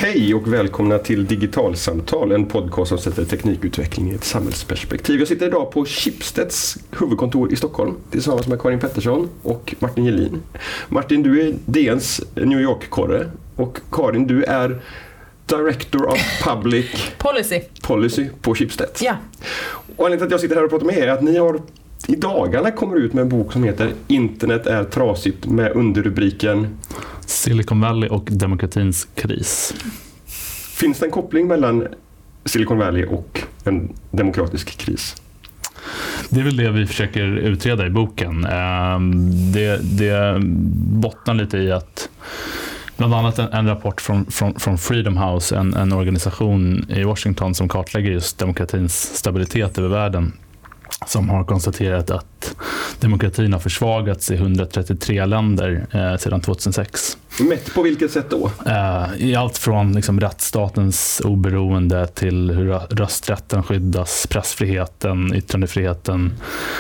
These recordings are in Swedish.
Hej och välkomna till Digitalsamtal, en podcast som sätter teknikutveckling i ett samhällsperspektiv. Jag sitter idag på Schibsteds huvudkontor i Stockholm tillsammans med Karin Pettersson och Martin Gelin. Martin, du är DNs New York-korre och Karin, du är Director of Public Policy på Schibsted. Ja. Och anledningen till att jag sitter här och pratar med er är att ni har i dagarna kommer ut med en bok som heter Internet är trasigt med underrubriken Silicon Valley och demokratins kris. Finns det en koppling mellan Silicon Valley och en demokratisk kris? Det är väl det vi försöker utreda i boken. Det bottnar lite i att bland annat en rapport från Freedom House, en organisation i Washington som kartlägger just demokratins stabilitet över världen, som har konstaterat att demokratin har försvagats i 133 länder sedan 2006. Mätt på vilket sätt då? I allt från liksom rättsstatens oberoende till hur rösträtten skyddas, pressfriheten, yttrandefriheten,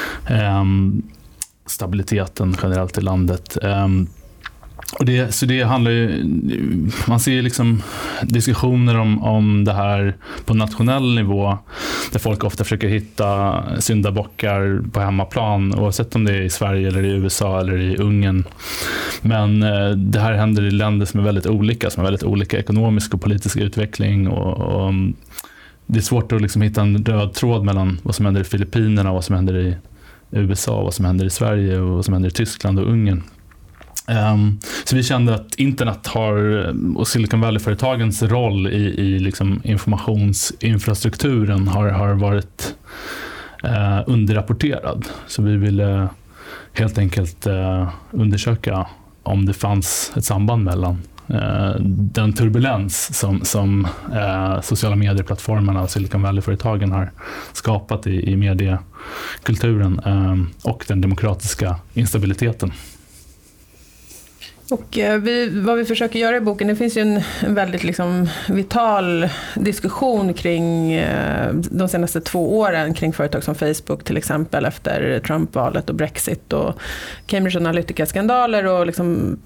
stabiliteten generellt i landet. Och det handlar ju, man ser liksom diskussioner om det här på nationell nivå där folk ofta försöker hitta syndabockar på hemmaplan, oavsett om det är i Sverige eller i USA eller i Ungern. Men det här händer i länder som är väldigt olika ekonomisk och politisk utveckling, och det är svårt att liksom hitta en röd tråd mellan vad som händer i Filippinerna och vad som händer i USA, vad som händer i Sverige och vad som händer i Tyskland och Ungern. Så vi kände att internet och Silicon Valley-företagens roll i liksom informationsinfrastrukturen har varit underrapporterad. Så vi ville helt enkelt undersöka om det fanns ett samband mellan den turbulens som sociala medieplattformarna och Silicon Valley-företagen har skapat i mediekulturen och den demokratiska instabiliteten. Och vad vi försöker göra i boken, det finns ju en väldigt liksom vital diskussion kring de senaste 2 åren kring företag som Facebook till exempel efter Trump-valet och Brexit och Cambridge Analytica-skandaler och liksom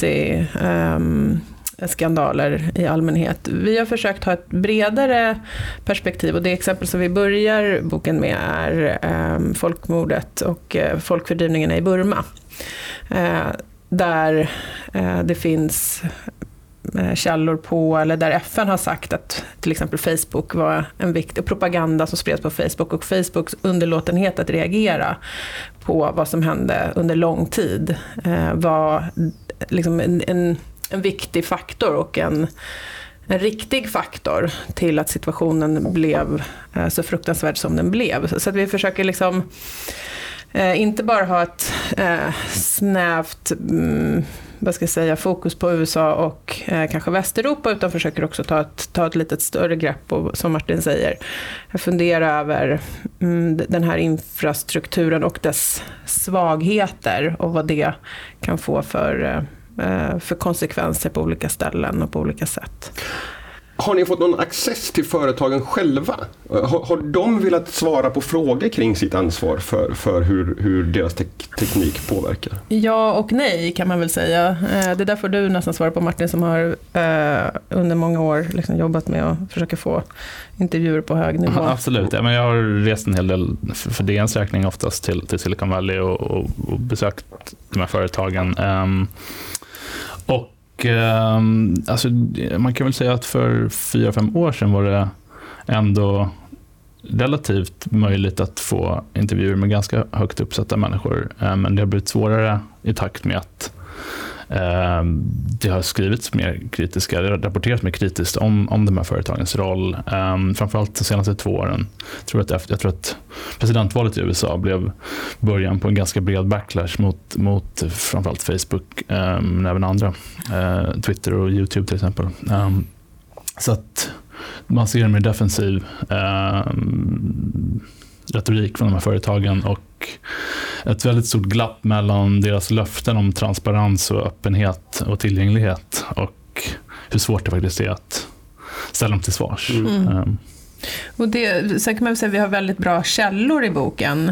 privacy-skandaler i allmänhet. Vi har försökt ha ett bredare perspektiv, och det exempel som vi börjar boken med är folkmordet och folkfördrivningarna i Burma. Där det finns källor på, eller där FN har sagt att till exempel Facebook var en viktig propaganda som spreds på Facebook, och Facebooks underlåtenhet att reagera på vad som hände under lång tid var liksom en viktig faktor och en riktig faktor till att situationen blev så fruktansvärd som den blev. Så att vi försöker liksom inte bara ha ett snävt fokus på USA och kanske Västeuropa, utan försöker också ta ett litet större grepp och, som Martin säger, fundera över den här infrastrukturen och dess svagheter och vad det kan få för konsekvenser på olika ställen och på olika sätt. Har ni fått någon access till företagen själva? Har de velat svara på frågor kring sitt ansvar för hur deras teknik påverkar? Ja och nej kan man väl säga. Det där får du nästan svara på, Martin, som har under många år liksom jobbat med att försöka få intervjuer på hög nivå. Absolut, ja, men jag har rest en hel del för DNs räkning oftast till Silicon Valley och besökt de här företagen. Alltså, man kan väl säga att för 4-5 år sedan var det ändå relativt möjligt att få intervjuer med ganska högt uppsatta människor, men det har blivit svårare i takt med att det har skrivits mer kritiska, rapporterats mer kritiskt om de här företagens roll, framförallt de senaste 2 åren. Jag tror att presidentvalet i USA blev början på en ganska bred backlash mot framförallt Facebook, men även andra, Twitter och YouTube till exempel. Så att man ser en mer defensiv retorik från de här företagen och ett väldigt stort glapp mellan deras löften om transparens och öppenhet och tillgänglighet och hur svårt det faktiskt är att ställa dem till svars. Och sen kan man säga att vi har väldigt bra källor i boken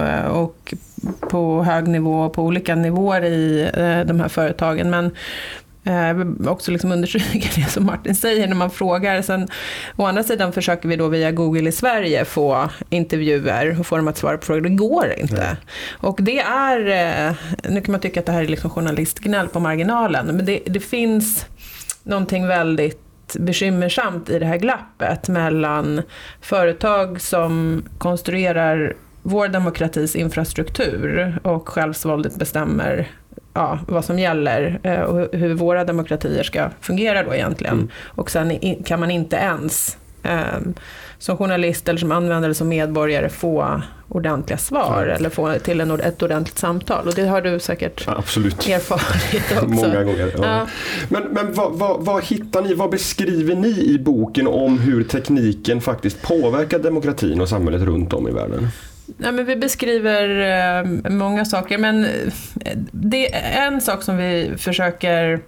och på hög nivå, på olika nivåer i de här företagen, men också liksom understryka det som Martin säger när man frågar. Sen, å andra sidan försöker vi då via Google i Sverige få intervjuer och få dem att svara på frågor. Det går inte. Nej. Och det är, nu kan man tycka att det här är liksom journalistgnäll på marginalen, men det finns någonting väldigt bekymmersamt i det här glappet mellan företag som konstruerar vår demokratis infrastruktur och självsvåldigt bestämmer vad som gäller och hur våra demokratier ska fungera då egentligen. Och sen kan man inte ens som journalist eller som användare eller som medborgare få ordentliga svar eller få till ett ordentligt samtal. Och det har du säkert erfarit också. Många gånger. Ja. Men vad hittar ni, vad beskriver ni i boken om hur tekniken faktiskt påverkar demokratin och samhället runt om i världen? Ja, men vi beskriver många saker, men det är en sak som vi försöker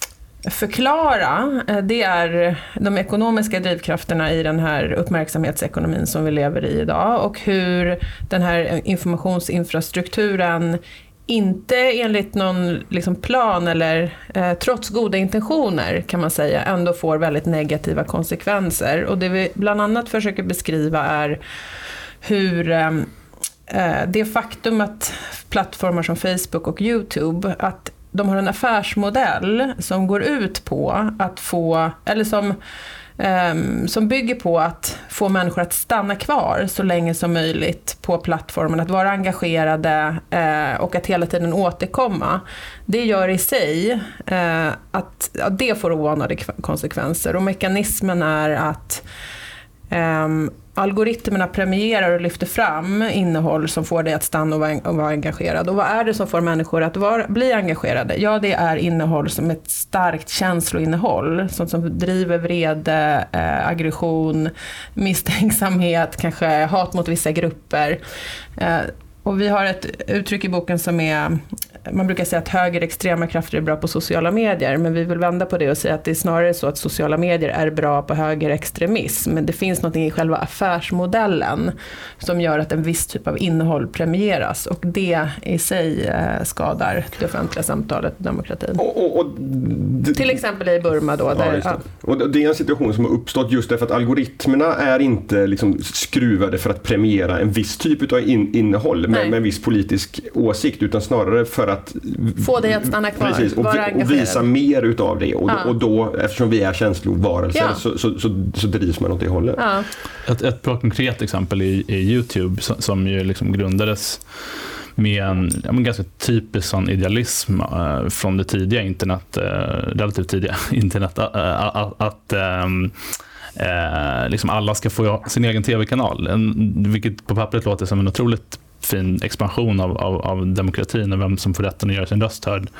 förklara, det är de ekonomiska drivkrafterna i den här uppmärksamhetsekonomin som vi lever i idag och hur den här informationsinfrastrukturen inte enligt någon liksom plan eller trots goda intentioner kan man säga ändå får väldigt negativa konsekvenser. Och det vi bland annat försöker beskriva är hur det faktum att plattformar som Facebook och YouTube, att de har en affärsmodell som går ut på att få, eller som bygger på att få människor att stanna kvar så länge som möjligt på plattformen, att vara engagerade och att hela tiden återkomma. Det gör i sig att det får oanade konsekvenser, och mekanismen är att algoritmerna premierar och lyfter fram innehåll som får dig att stanna och vara engagerad. Och vad är det som får människor att bli engagerade? Ja, det är innehåll som ett starkt känsloinnehåll. Sånt som driver vrede, aggression, misstänksamhet, kanske hat mot vissa grupper. Och vi har ett uttryck i boken som är, man brukar säga att högerextrema krafter är bra på sociala medier, men vi vill vända på det och säga att det är snarare så att sociala medier är bra på högerextremism. Men det finns något i själva affärsmodellen som gör att en viss typ av innehåll premieras, och det i sig skadar det offentliga samtalet och demokratin. Till exempel i Burma då. Och det är en situation som har uppstått just därför att algoritmerna är inte liksom skruvade för att premiera en viss typ av innehåll med en viss politisk åsikt, utan snarare för att få dig att stanna kvar, precis, och visa mer utav det. Och då, eftersom vi är känslovarelser, så drivs man åt det hållet. Ja. Ett bra konkret exempel är YouTube som ju liksom grundades med en ganska typisk sån idealism från det tidiga internet, relativt tidiga internet, att liksom alla ska få sin egen tv-kanal, vilket på pappret låter som en otroligt fin expansion av demokratin och vem som får rätten att göra sin röst hörd.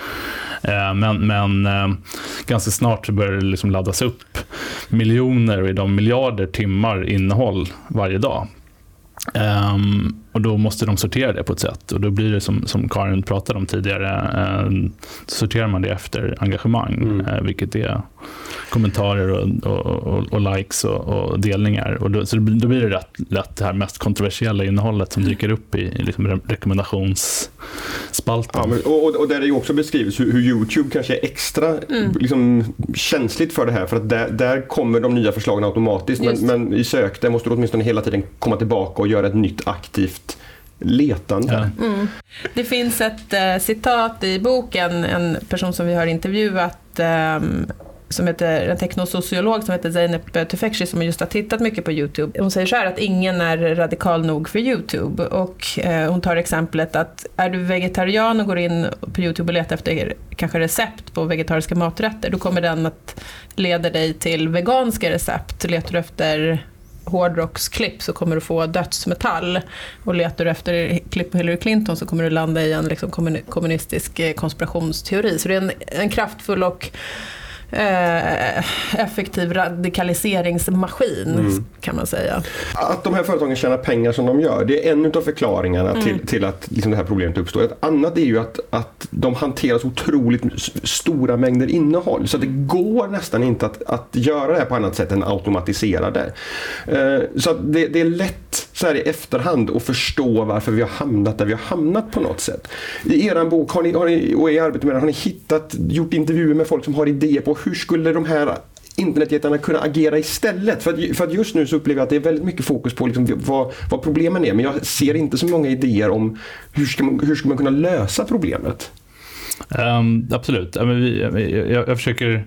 Men ganska snart så börjar det liksom laddas upp miljoner och i de miljarder timmar innehåll varje dag. Och då måste de sortera det på ett sätt, och då blir det som Karin pratade om tidigare, sorterar man det efter engagemang, vilket är kommentarer och likes och delningar, och då blir det rätt lätt det här mest kontroversiella innehållet som dyker upp i liksom rekommendationsspalten. Ja, och där är ju också beskrivs hur YouTube kanske är extra liksom känsligt för det här, för att där kommer de nya förslagen automatiskt, men i sök där måste du åtminstone hela tiden komma tillbaka och göra ett nytt aktivt letande. Ja. Det finns ett citat i boken, en person som vi har intervjuat som heter en teknosociolog som heter Zeynep Tufekci, som just har tittat mycket på YouTube. Hon säger så här att ingen är radikal nog för YouTube, och hon tar exemplet att är du vegetarian och går in på YouTube och letar efter kanske recept på vegetariska maträtter, då kommer den att leda dig till veganska recept. Letar du efter hårdrocksklipp så kommer du få dödsmetall, och letar du efter klipp på Hillary Clinton så kommer du landa i en liksom kommunistisk konspirationsteori. Så det är en kraftfull och effektiv radikaliseringsmaskin kan man säga. Att de här företagen tjänar pengar som de gör, det är en av förklaringarna till att liksom det här problemet uppstår. Ett annat är ju att de hanterar så otroligt stora mängder innehåll, så det går nästan inte att göra det här på annat sätt än automatisera det. Så att det är lätt så här i efterhand och förstå varför vi har hamnat där vi har hamnat på något sätt. I er bok har ni och i arbetet med den, har ni gjort intervjuer med folk som har idéer på hur skulle de här internetjättarna kunna agera istället? För att just nu så upplever jag att det är väldigt mycket fokus på liksom vad problemen är, men jag ser inte så många idéer om hur ska man kunna lösa problemet. Absolut. Jag försöker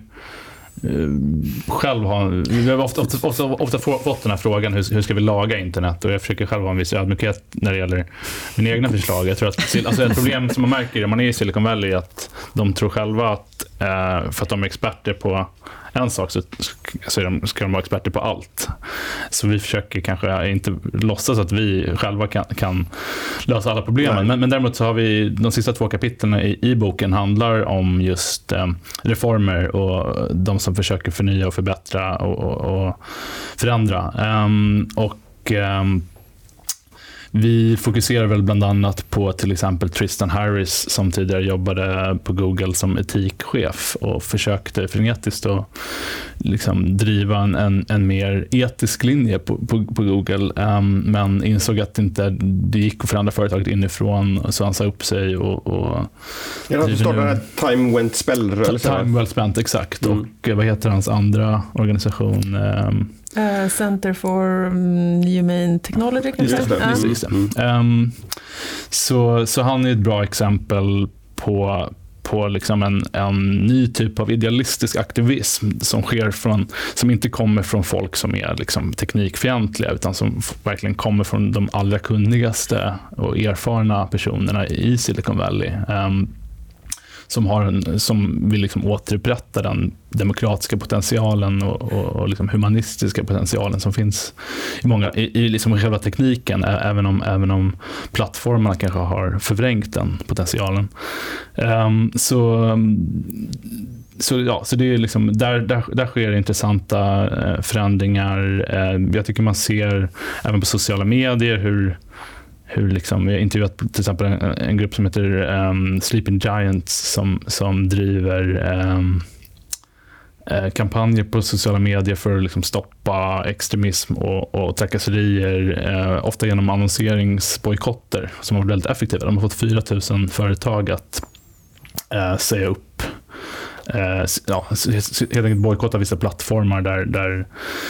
själv vi har ofta fått den här frågan, hur ska vi laga internet, och jag försöker själv ha en viss ödmjukhet när det gäller mina egna förslag. Jag tror att ett problem som man märker när man är i Silicon Valley är att de tror själva att för att de är experter på en sak så ska de vara experter på allt. Så vi försöker kanske inte låtsas att vi själva kan lösa alla problemen. Men däremot så har vi de sista 2 kapitlen i boken handlar om just reformer och de som försöker förnya och förbättra och förändra. Vi fokuserar väl bland annat på till exempel Tristan Harris som tidigare jobbade på Google som etikchef och försökte frenetiskt att liksom driva en mer etisk linje på Google, men insåg att det gick att förändra företaget inifrån, så han sa upp sig och det står där Time Well Spent, exakt. Och vad heter hans andra organisation? Center for Humane Technology kanske? Så han är ett bra exempel på liksom en ny typ av idealistisk aktivism som inte kommer från folk som är liksom teknikfientliga, utan som verkligen kommer från de allra kunnigaste och erfarna personerna i Silicon Valley. Som vill liksom återupprätta den demokratiska potentialen och liksom humanistiska potentialen som finns i liksom själva tekniken, även om plattformarna kanske har förvrängt den potentialen. Så det är liksom där sker intressanta förändringar. Jag tycker man ser även på sociala medier hur liksom, jag har intervjuat till exempel en grupp som heter Sleeping Giants som driver kampanjer på sociala medier för att liksom stoppa extremism och trakasserier, ofta genom annonseringsbojkotter som har varit väldigt effektiva. De har fått 4 000 företag att säga upp, helt enkelt bojkotta vissa plattformar där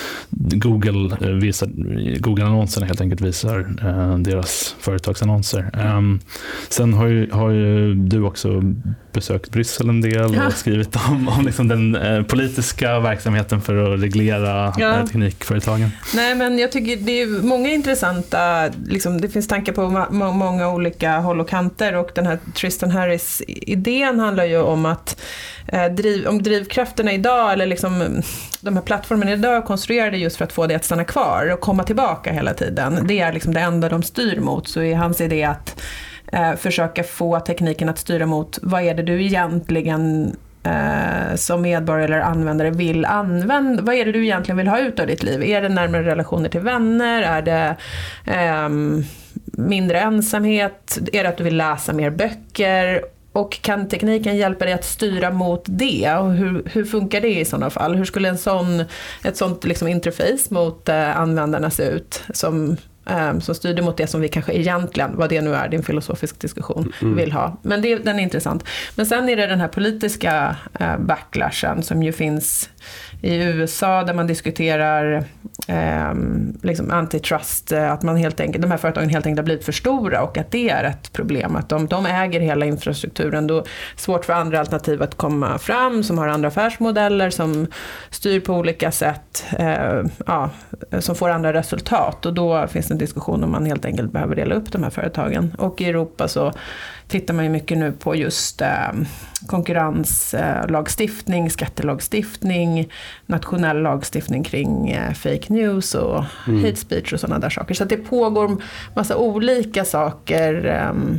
Google-annonserna helt enkelt visar deras företagsannonser. Sen har ju du också besökt Bryssel en del och skrivit om liksom den politiska verksamheten för att reglera teknikföretagen. Nej, men jag tycker det är många intressanta, liksom, det finns tankar på många olika håll och kanter, och den här Tristan Harris-idén handlar ju om att om drivkrafterna idag, eller liksom de här plattformarna idag är konstruerade just för att få det att stanna kvar och komma tillbaka hela tiden. Det är liksom det enda de styr mot. Så är hans idé att försöka få tekniken att styra mot vad är det du egentligen som medborgare eller användare vill använda. Vad är det du egentligen vill ha ut av ditt liv? Är det närmare relationer till vänner? Är det mindre ensamhet? Är det att du vill läsa mer böcker? Och kan tekniken hjälpa dig att styra mot det? Och hur funkar det i sådana fall? Hur skulle ett sånt liksom interface mot användarna se ut som styrde mot det som vi kanske egentligen, vad det nu är, det är en filosofisk diskussion, vill ha. Men den är intressant. Men sen är det den här politiska backlashen som ju finns i USA, där man diskuterar liksom antitrust, att man helt enkelt, de här företagen helt enkelt har blivit för stora, och att det är ett problem, att de äger hela infrastrukturen. Då är det svårt för andra alternativ att komma fram, som har andra affärsmodeller, som styr på olika sätt, som får andra resultat, och då finns det en diskussion om man helt enkelt behöver dela upp de här företagen. Och i Europa så tittar man ju mycket nu på just konkurrenslagstiftning, skattelagstiftning, nationell lagstiftning kring fake news och hate speech och sådana där saker. Så att det pågår massa olika saker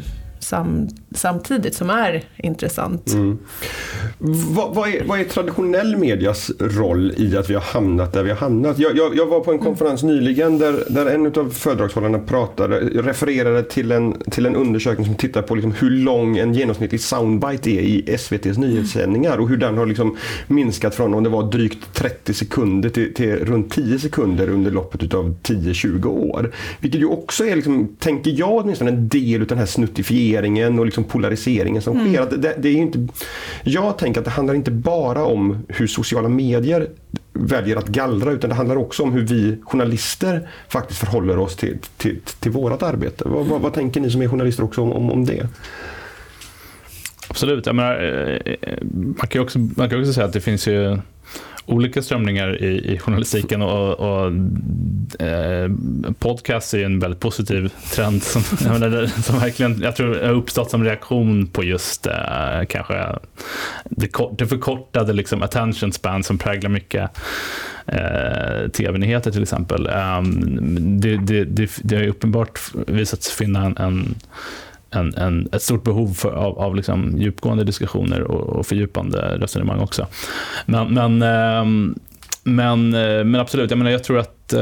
samtidigt som är intressant. Vad är traditionell medias roll i att vi har hamnat där vi har hamnat? Jag var på en konferens nyligen där en av föredragshållarna refererade till en undersökning som tittar på liksom hur lång en genomsnittlig soundbite är i SVT:s nyhetssändningar och hur den har liksom minskat från om det var drygt 30 sekunder till runt 10 sekunder under loppet av 10-20 år. Vilket ju också är, liksom, tänker jag åtminstone, en del av den här snuttifieringen och liksom polariseringen som sker. Det är ju inte, jag tänker att det handlar inte bara om hur sociala medier väljer att gallra, utan det handlar också om hur vi journalister faktiskt förhåller oss till vårat arbete. Vad tänker ni som är journalister också om det? Absolut. Jag menar, man kan ju också säga att det finns ju olika strömningar i journalistiken och podcast är ju en väldigt positiv trend som verkligen, jag tror, har uppstått som reaktion på just kanske det förkortade liksom attention span som präglar mycket tv-nyheter till exempel. Det har ju uppenbart visat sig finna ett stort behov av liksom djupgående diskussioner och fördjupande resonemang också. Men absolut, jag tror att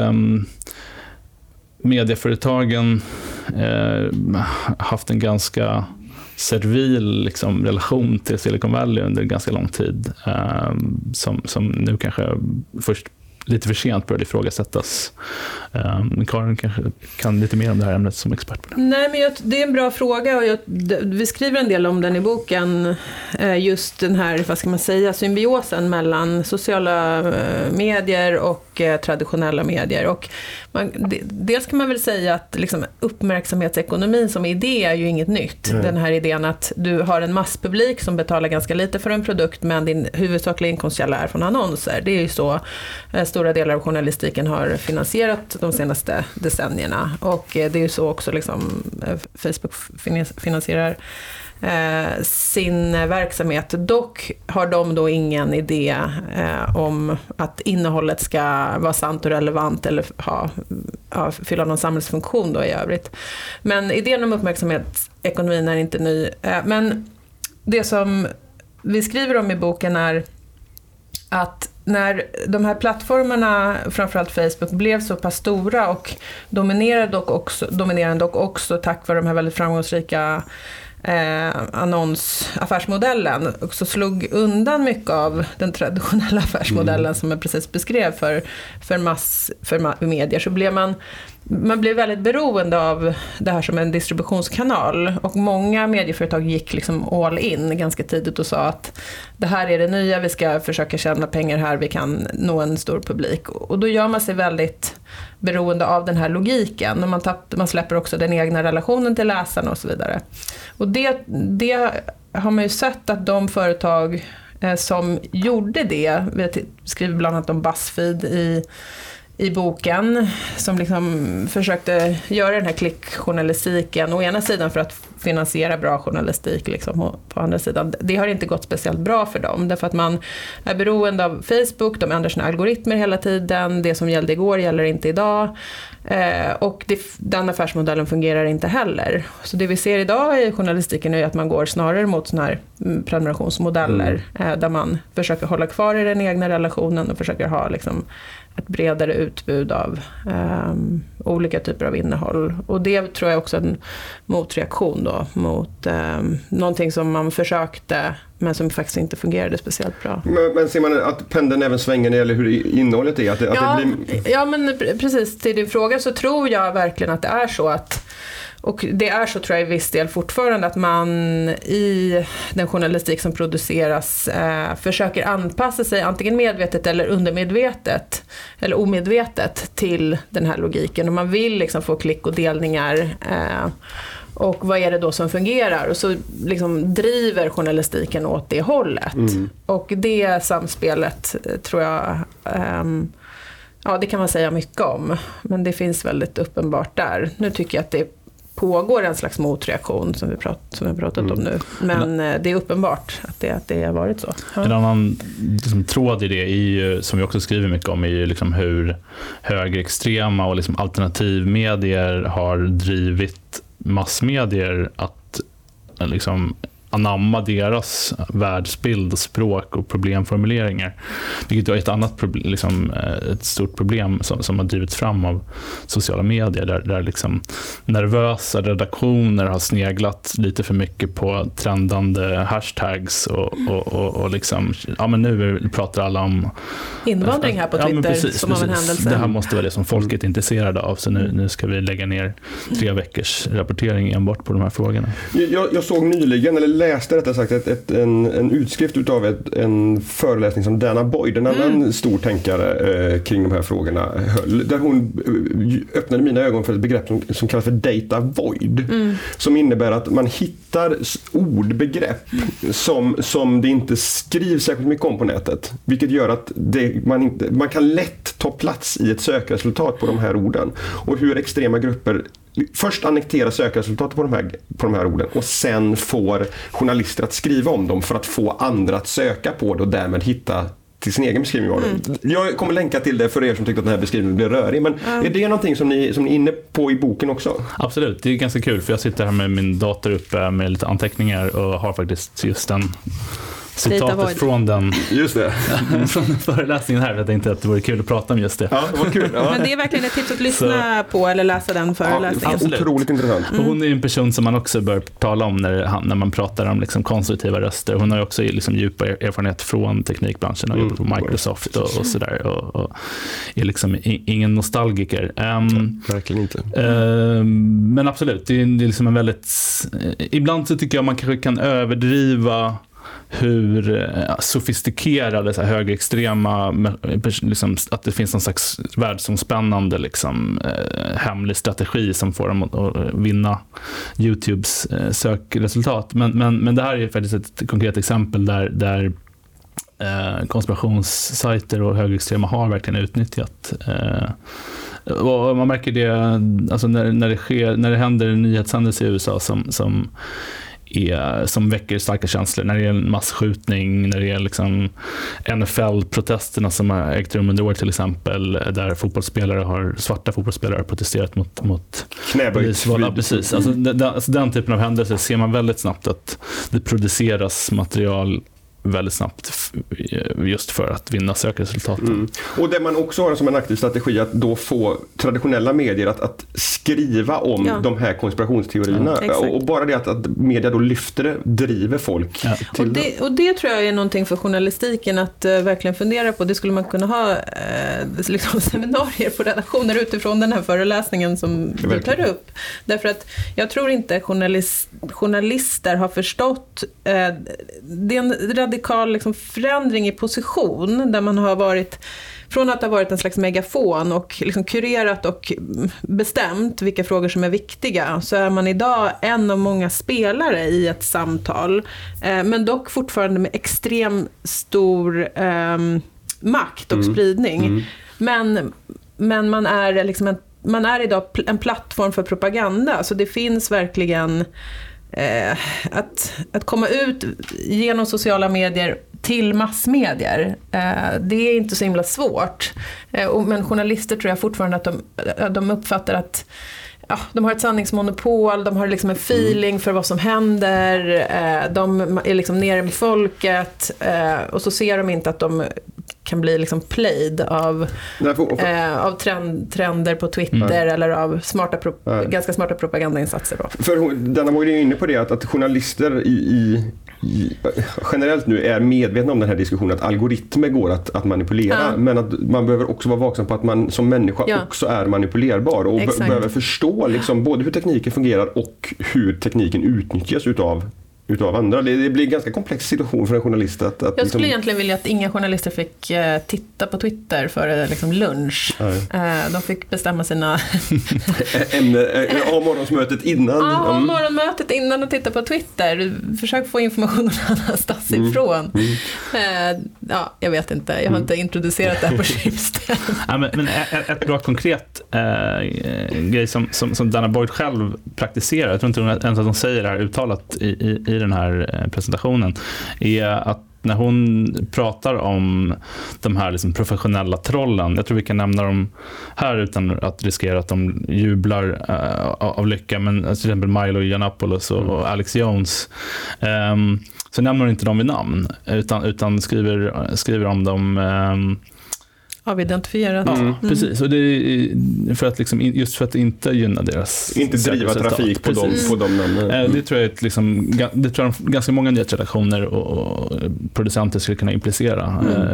medieföretagen haft en ganska servil liksom relation till Silicon Valley under ganska lång tid, som nu kanske först lite för sent började ifrågasättas. Karin kanske kan lite mer om det här ämnet som expert på det. Nej, men det är en bra fråga och vi skriver en del om den i boken. Just den här, vad ska man säga, symbiosen mellan sociala medier och traditionella medier. Och dels kan man väl säga att liksom, uppmärksamhetsekonomin som idé är ju inget nytt. Den här idén att du har en masspublik som betalar ganska lite för en produkt, men din huvudsakliga inkomstkälla är från annonser. Det är ju så stora delar av journalistiken har finansierat de senaste decennierna. Och det är ju så också liksom, Facebook finansierar sin verksamhet. Dock har de då ingen idé om att innehållet ska vara sant och relevant eller fylla någon samhällsfunktion då i övrigt. Men idén om uppmärksamhetsekonomin är inte ny. Men det som vi skriver om i boken är att när de här plattformarna, framförallt Facebook, blev så pass stora och dominerande också tack vare de här väldigt framgångsrika annonsaffärsmodellen, och så slog undan mycket av den traditionella affärsmodellen som jag precis beskrev för medier, så blev man blev väldigt beroende av det här som en distributionskanal, och många medieföretag gick liksom all in ganska tidigt och sa att det här är det nya, vi ska försöka tjäna pengar här, vi kan nå en stor publik, och då gör man sig väldigt beroende av den här logiken, och man släpper också den egna relationen till läsarna och så vidare. Och det har man ju sett att de företag som gjorde det, vi skriver bland annat om BuzzFeed i boken, som liksom försökte göra den här klickjournalistiken å ena sidan för att finansiera bra journalistik liksom, och på andra sidan, det har inte gått speciellt bra för dem, därför att man är beroende av Facebook, de ändrar sina algoritmer hela tiden, det som gällde igår gäller inte idag, och den affärsmodellen fungerar inte heller. Så det vi ser idag i journalistiken är att man går snarare mot såna här prenumerationsmodeller där man försöker hålla kvar i den egna relationen och försöker ha liksom ett bredare utbud av olika typer av innehåll. Och det tror jag också är en motreaktion då, mot någonting som man försökte men som faktiskt inte fungerade speciellt bra. Men ser man att pendeln även svänger när det gäller hur innehållet är? Det blir... Ja, men precis till din fråga så tror jag verkligen att det är så att, och det är så tror jag i viss del fortfarande, att man i den journalistik som produceras försöker anpassa sig antingen medvetet eller undermedvetet eller omedvetet till den här logiken, och man vill liksom få klick och delningar, och vad är det då som fungerar, och så liksom driver journalistiken åt det hållet. Och det samspelet tror jag det kan man säga mycket om, men det finns väldigt uppenbart där. Nu tycker jag att det pågår en slags motreaktion som vi pratat om nu. Men det är uppenbart att det har varit så. Ja. En annan liksom, tråd i det är ju, som vi också skriver mycket om, är ju liksom hur högerextrema och liksom alternativmedier har drivit massmedier att liksom anamma deras världsbild och språk och problemformuleringar. Vilket är ett annat problem, liksom ett stort problem som har drivits fram av sociala medier där liksom nervösa redaktioner har sneglat lite för mycket på trendande hashtags och liksom, ja men nu pratar alla om invandring här på Twitter, precis, som av en händelse. Det här måste vara det som folket är intresserade av, så nu ska vi lägga ner 3 veckors rapportering enbart på de här frågorna. Jag såg nyligen, eller läste rättare sagt en utskrift utav en föreläsning som Dana Boyd, en annan stor tänkare kring de här frågorna, höll, där hon öppnade mina ögon för ett begrepp som kallas för data void, som innebär att man hittar ordbegrepp som det inte skrivs särskilt mycket om på nätet, vilket gör att man kan lätt ta plats i ett sökresultat på de här orden, och hur extrema grupper först annekterar sökresultatet på de här orden och sen får journalister att skriva om dem för att få andra att söka på det och därmed hitta till sin egen beskrivning av det. Jag kommer länka till det för er som tyckte att den här beskrivningen blir rörig, men är det någonting som ni är inne på i boken också? Absolut, det är ganska kul för jag sitter här med min dator uppe med lite anteckningar och har faktiskt just den citatet från den från föreläsningen här. Jag tänkte att det vore kul att prata om just det. Ja, det var kul. Ja. Men det är verkligen ett tips att lyssna på eller läsa den föreläsningen. Ja, otroligt intressant. Och hon är en person som man också bör tala om när man pratar om liksom konstruktiva röster. Hon har ju också liksom djupa erfarenhet från teknikbranschen och jobbat på Microsoft och sådär. Och är liksom ingen nostalgiker. Verkligen inte. Men absolut, det är liksom en väldigt... Ibland så tycker jag man kanske kan överdriva hur sofistikerade, så här, högerextrema, liksom, att det finns någon slags världsomspännande liksom, hemlig strategi som får dem att vinna YouTubes sökresultat. Men det här är faktiskt ett konkret exempel där konspirationssajter och högerextrema har verkligen utnyttjat. Och man märker det alltså när det händer en nyhetshändelse i USA som väcker starka känslor, när det är en massskjutning, när det är liksom NFL-protesterna som har ägt rum under år till exempel, där svarta fotbollsspelare har protesterat mot polisvåld. Precis. Alltså den typen av händelser ser man väldigt snabbt att det produceras material väldigt snabbt just för att vinna sökresultaten. Och det man också har som en aktiv strategi att då få traditionella medier att skriva om de här konspirationsteorierna. Och bara det att media då lyfter det, driver folk till och det tror jag är någonting för journalistiken att verkligen fundera på. Det skulle man kunna ha liksom seminarier på redaktioner utifrån den här föreläsningen som du tar upp. Därför att jag tror inte journalister har förstått det är en radikal liksom förändring i position där man har varit från att ha varit en slags megafon och liksom kurerat och bestämt vilka frågor som är viktiga, så är man idag en av många spelare i ett samtal, men dock fortfarande med extrem stor makt och spridning. Men man är liksom man är idag en plattform för propaganda, så det finns verkligen att komma ut genom sociala medier till massmedier, det är inte så himla svårt. Men journalister tror jag fortfarande att de uppfattar att de har ett sanningsmonopol, de har liksom en feeling för vad som händer, de är liksom nere med folket, och så ser de inte att de kan bli liksom played av trender på Twitter eller av ganska smarta propagandainsatser då. För denna var ju inne på det att journalister generellt nu är medvetna om den här diskussionen att algoritmer går att manipulera, men att man behöver också vara vaksam på att man som människa också är manipulerbar och behöver förstå liksom både hur tekniken fungerar och hur tekniken utnyttjas utav andra. Det blir en ganska komplex situation för en journalist att jag skulle egentligen vilja att inga journalister fick titta på Twitter före liksom lunch. De fick bestämma sina morgonsmötet innan. Morgonmötet innan och titta på Twitter. Försök få information någon annanstans ifrån. Jag vet inte. Jag har inte introducerat det här på Schibsted. Men ett bra konkret grej som Dana Boyd själv praktiserar, jag tror inte ens att de säger det här uttalat i den här presentationen, är att när hon pratar om de här liksom professionella trollen, jag tror vi kan nämna dem här utan att riskera att de jublar av lycka, men till exempel Milo Yiannopoulos och Alex Jones, så nämner hon inte dem vid namn utan skriver om dem avidentifierat. Ja, precis. Och det är för att liksom, just för att inte gynna deras inte driva trafik på de namnen. Det tror jag att ganska många nyhetsredaktioner och producenter skulle kunna implicera.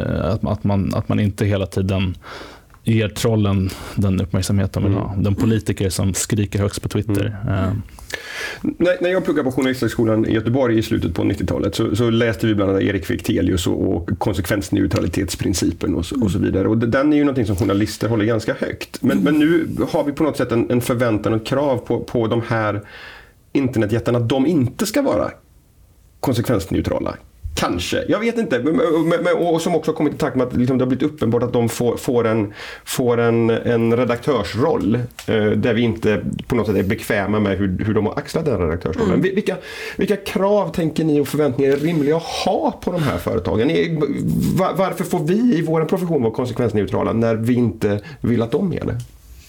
Att man inte hela tiden ger trollen den uppmärksamhet de vill ha. De politiker som skriker högst på Twitter. När jag pluggade på Journalisthögskolan i Göteborg i slutet på 90-talet så läste vi bland annat Erik Fichtelius och konsekvensneutralitetsprincipen och så vidare. Och den är ju någonting som journalister håller ganska högt. Men nu har vi på något sätt en förväntan och krav på de här internetjättarna att de inte ska vara konsekvensneutrala. Kanske, jag vet inte. Och som också har kommit i takt med att liksom, det har blivit uppenbart att de får en redaktörsroll där vi inte på något sätt är bekväma med hur de har axlat den redaktörsrollen. Vilka krav tänker ni och förväntningar är rimliga att ha på de här företagen? Varför får vi i vår profession vara konsekvensneutrala när vi inte vill att de är det?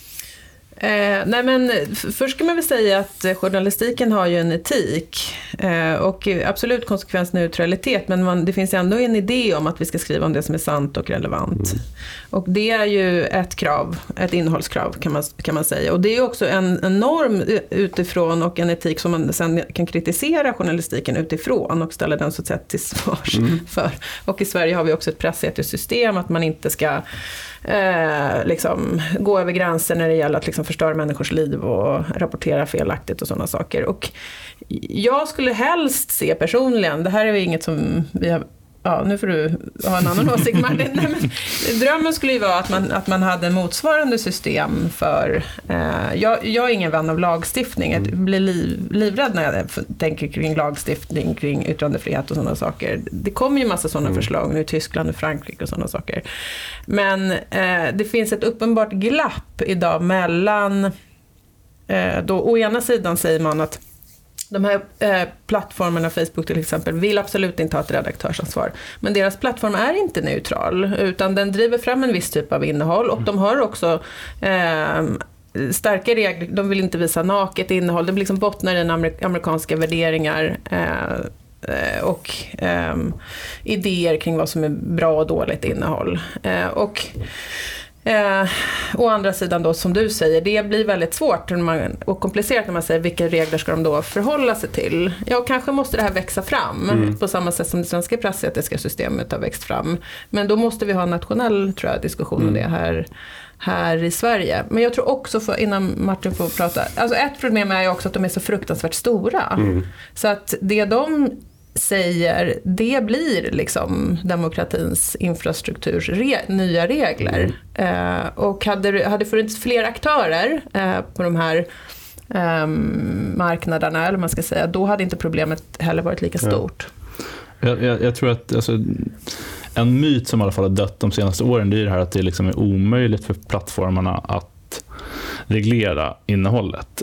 Nej, men först ska man väl säga att journalistiken har ju en etik och absolut konsekvensneutralitet, men det finns ändå en idé om att vi ska skriva om det som är sant och relevant. Och det är ju ett krav, ett innehållskrav kan man säga. Och det är också en norm utifrån och en etik som man sen kan kritisera journalistiken utifrån och ställa den så att säga till svars för. Och i Sverige har vi också ett pressetiskt system att man inte ska liksom gå över gränser när det gäller att liksom förstöra människors liv och rapportera felaktigt och sådana saker. Och jag skulle helst se personligen, det här är ju inget som vi har, nu får du ha en annan åsikt, Martin. Drömmen skulle ju vara att man hade en motsvarande system för... Jag är ingen vän av lagstiftning. Jag blir livrädd när jag tänker kring lagstiftning, kring yttrandefrihet och sådana saker. Det kommer ju massa sådana förslag nu i Tyskland och Frankrike och sådana saker. Men det finns ett uppenbart glapp idag mellan... å ena sidan säger man att de här plattformarna, Facebook till exempel, vill absolut inte ha ett redaktörsansvar. Men deras plattform är inte neutral, utan den driver fram en viss typ av innehåll. Och de har också starka regler. De vill inte visa naket innehåll. Det liksom bottnar i amerikanska värderingar och idéer kring vad som är bra och dåligt innehåll. Å andra sidan då, som du säger, det blir väldigt svårt och komplicerat när man säger vilka regler ska de då förhålla sig till. Ja, kanske måste det här växa fram på samma sätt som det svenska pressetiska systemet har växt fram. Men då måste vi ha en nationell, tror jag, diskussion om det här i Sverige. Men jag tror också, innan Martin får prata, alltså ett problem är ju också att de är så fruktansvärt stora. Så att det de säger, det blir liksom demokratins infrastrukturs nya regler. Och hade funnits fler aktörer på de här marknaderna, eller man ska säga, då hade inte problemet heller varit lika stort. Jag tror att en myt som i alla fall har dött de senaste åren, det är det här att det liksom är omöjligt för plattformarna att reglera innehållet.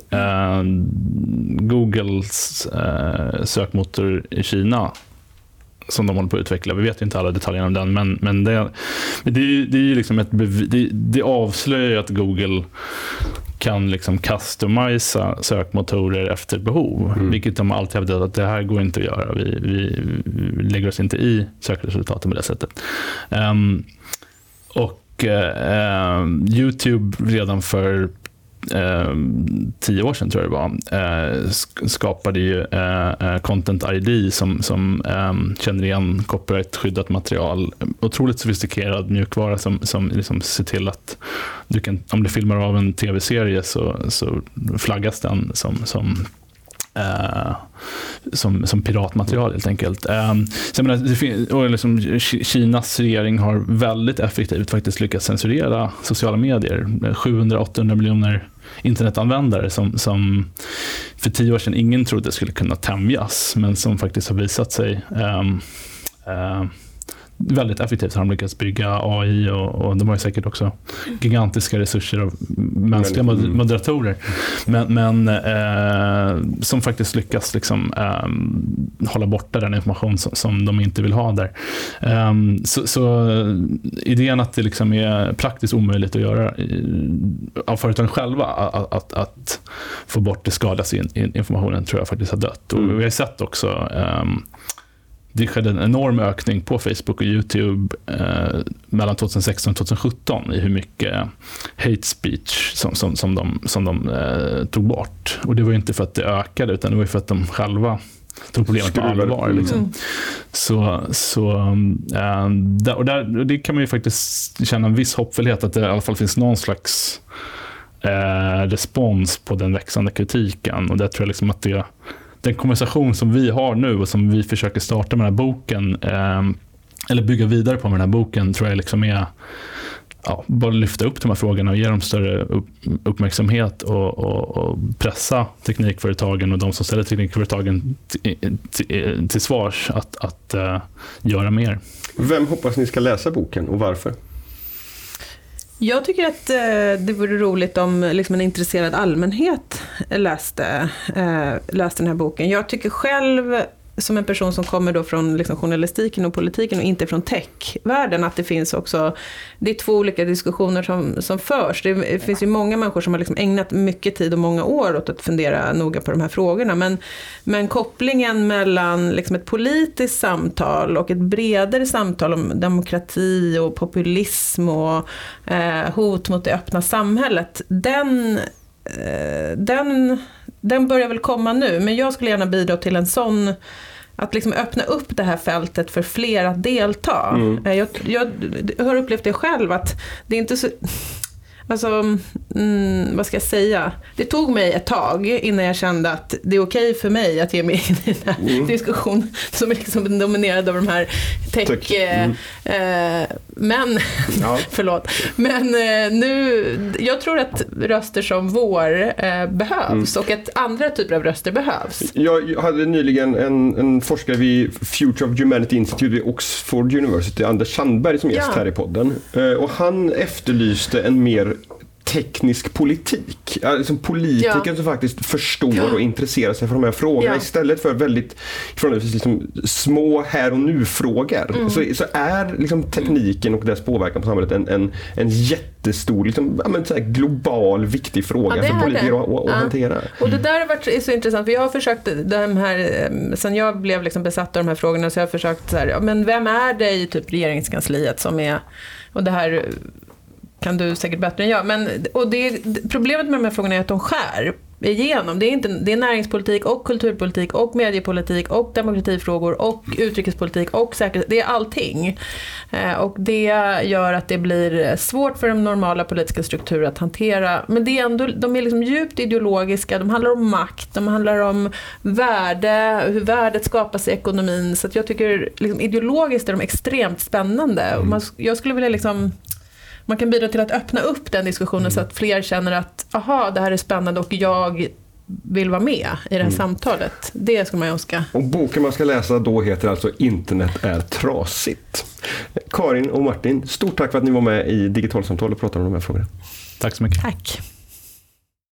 Googles sökmotor i Kina som de håller på att utveckla, vi vet ju inte alla detaljer om den, men det är ju liksom det avslöjar att Google kan liksom customisa sökmotorer efter behov, vilket de alltid har hävdat att det här går inte att göra. Vi lägger oss inte i sökresultaten på det sättet. YouTube redan för 10 år sedan, tror jag det var, skapade ju Content ID som känner igen copyright-skyddat material. Otroligt sofistikerad mjukvara som liksom ser till att du kan, om du filmar av en tv-serie så flaggas den som piratmaterial helt enkelt. Så jag menar, liksom, Kinas regering har väldigt effektivt faktiskt lyckats censurera sociala medier. 700-800 miljoner internetanvändare som för 10 år sedan ingen trodde skulle kunna tämjas, men som faktiskt har visat sig väldigt effektivt har de lyckats bygga AI och de har ju säkert också gigantiska resurser av mänskliga moderatorer. Men som faktiskt lyckas liksom, hålla borta den information som de inte vill ha där. Så idén att det liksom är praktiskt omöjligt att göra av företagen själva att få bort det skadliga informationen tror jag faktiskt har dött. Och vi har sett också det skedde en enorm ökning på Facebook och YouTube mellan 2016 och 2017 i hur mycket hate speech som de tog bort. Och det var inte för att det ökade utan det var för att de själva tog problemet på allvar. Liksom. Och det kan man ju faktiskt känna en viss hoppfullhet att det i alla fall finns någon slags respons på den växande kritiken. Och där tror jag liksom att den konversation som vi har nu och som vi försöker starta med den här boken eller bygga vidare på med den här boken tror jag liksom är bara lyfta upp de här frågorna och ge dem större uppmärksamhet och pressa teknikföretagen och de som ställer teknikföretagen till svars att göra mer. Vem hoppas ni ska läsa boken och varför? Jag tycker att det vore roligt om liksom en intresserad allmänhet läste den här boken. Jag tycker själv som en person som kommer då från liksom journalistiken och politiken och inte från techvärlden att det finns också, det är två olika diskussioner som förs. Det finns ju många människor som har liksom ägnat mycket tid och många år åt att fundera noga på de här frågorna. Men kopplingen mellan liksom ett politiskt samtal och ett bredare samtal om demokrati och populism och hot mot det öppna samhället, den börjar väl komma nu, men jag skulle gärna bidra till en sån, att liksom öppna upp det här fältet för fler att delta. Jag har upplevt det själv att det är inte så... Alltså, vad ska jag säga? Det tog mig ett tag innan jag kände att det är okej för mig att ge mig in i den här diskussion som är liksom dominerad av de här tech men förlåt. Men nu, jag tror att röster som vår behövs och att andra typer av röster behövs. Jag hade nyligen en forskare vid Future of Humanity Institute vid Oxford University, Anders Sandberg, som gäst här i podden. Och han efterlyste en mer teknisk politik. Alltså politiker som faktiskt förstår och intresserar sig för de här frågorna istället för väldigt liksom, små här och nu-frågor. Så är liksom tekniken och dess påverkan på samhället en jättestor liksom, global viktig fråga för politiker att hantera. Och det där har varit så intressant, för jag har försökt sen jag blev liksom besatt av de här frågorna, så jag har försökt så här, men vem är det i typ regeringskansliet som är, och det här kan du säkert bättre än jag. Problemet med de här frågorna är att de skär igenom. Det är näringspolitik och kulturpolitik och mediepolitik och demokratifrågor och utrikespolitik och säkerhet. Det är allting. Och det gör att det blir svårt för de normala politiska strukturer att hantera. Men det är ändå, de är liksom djupt ideologiska. De handlar om makt. De handlar om värde. Hur värdet skapas i ekonomin. Så att jag tycker liksom, ideologiskt är de extremt spännande. Och jag skulle vilja liksom... Man kan bidra till att öppna upp den diskussionen så att fler känner att det här är spännande och jag vill vara med i det här samtalet. Det skulle man önska. Och boken man ska läsa då heter alltså Internet är trasigt. Karin och Martin, stort tack för att ni var med i Digitalsamtal och pratade om de här frågorna. Tack så mycket. Tack.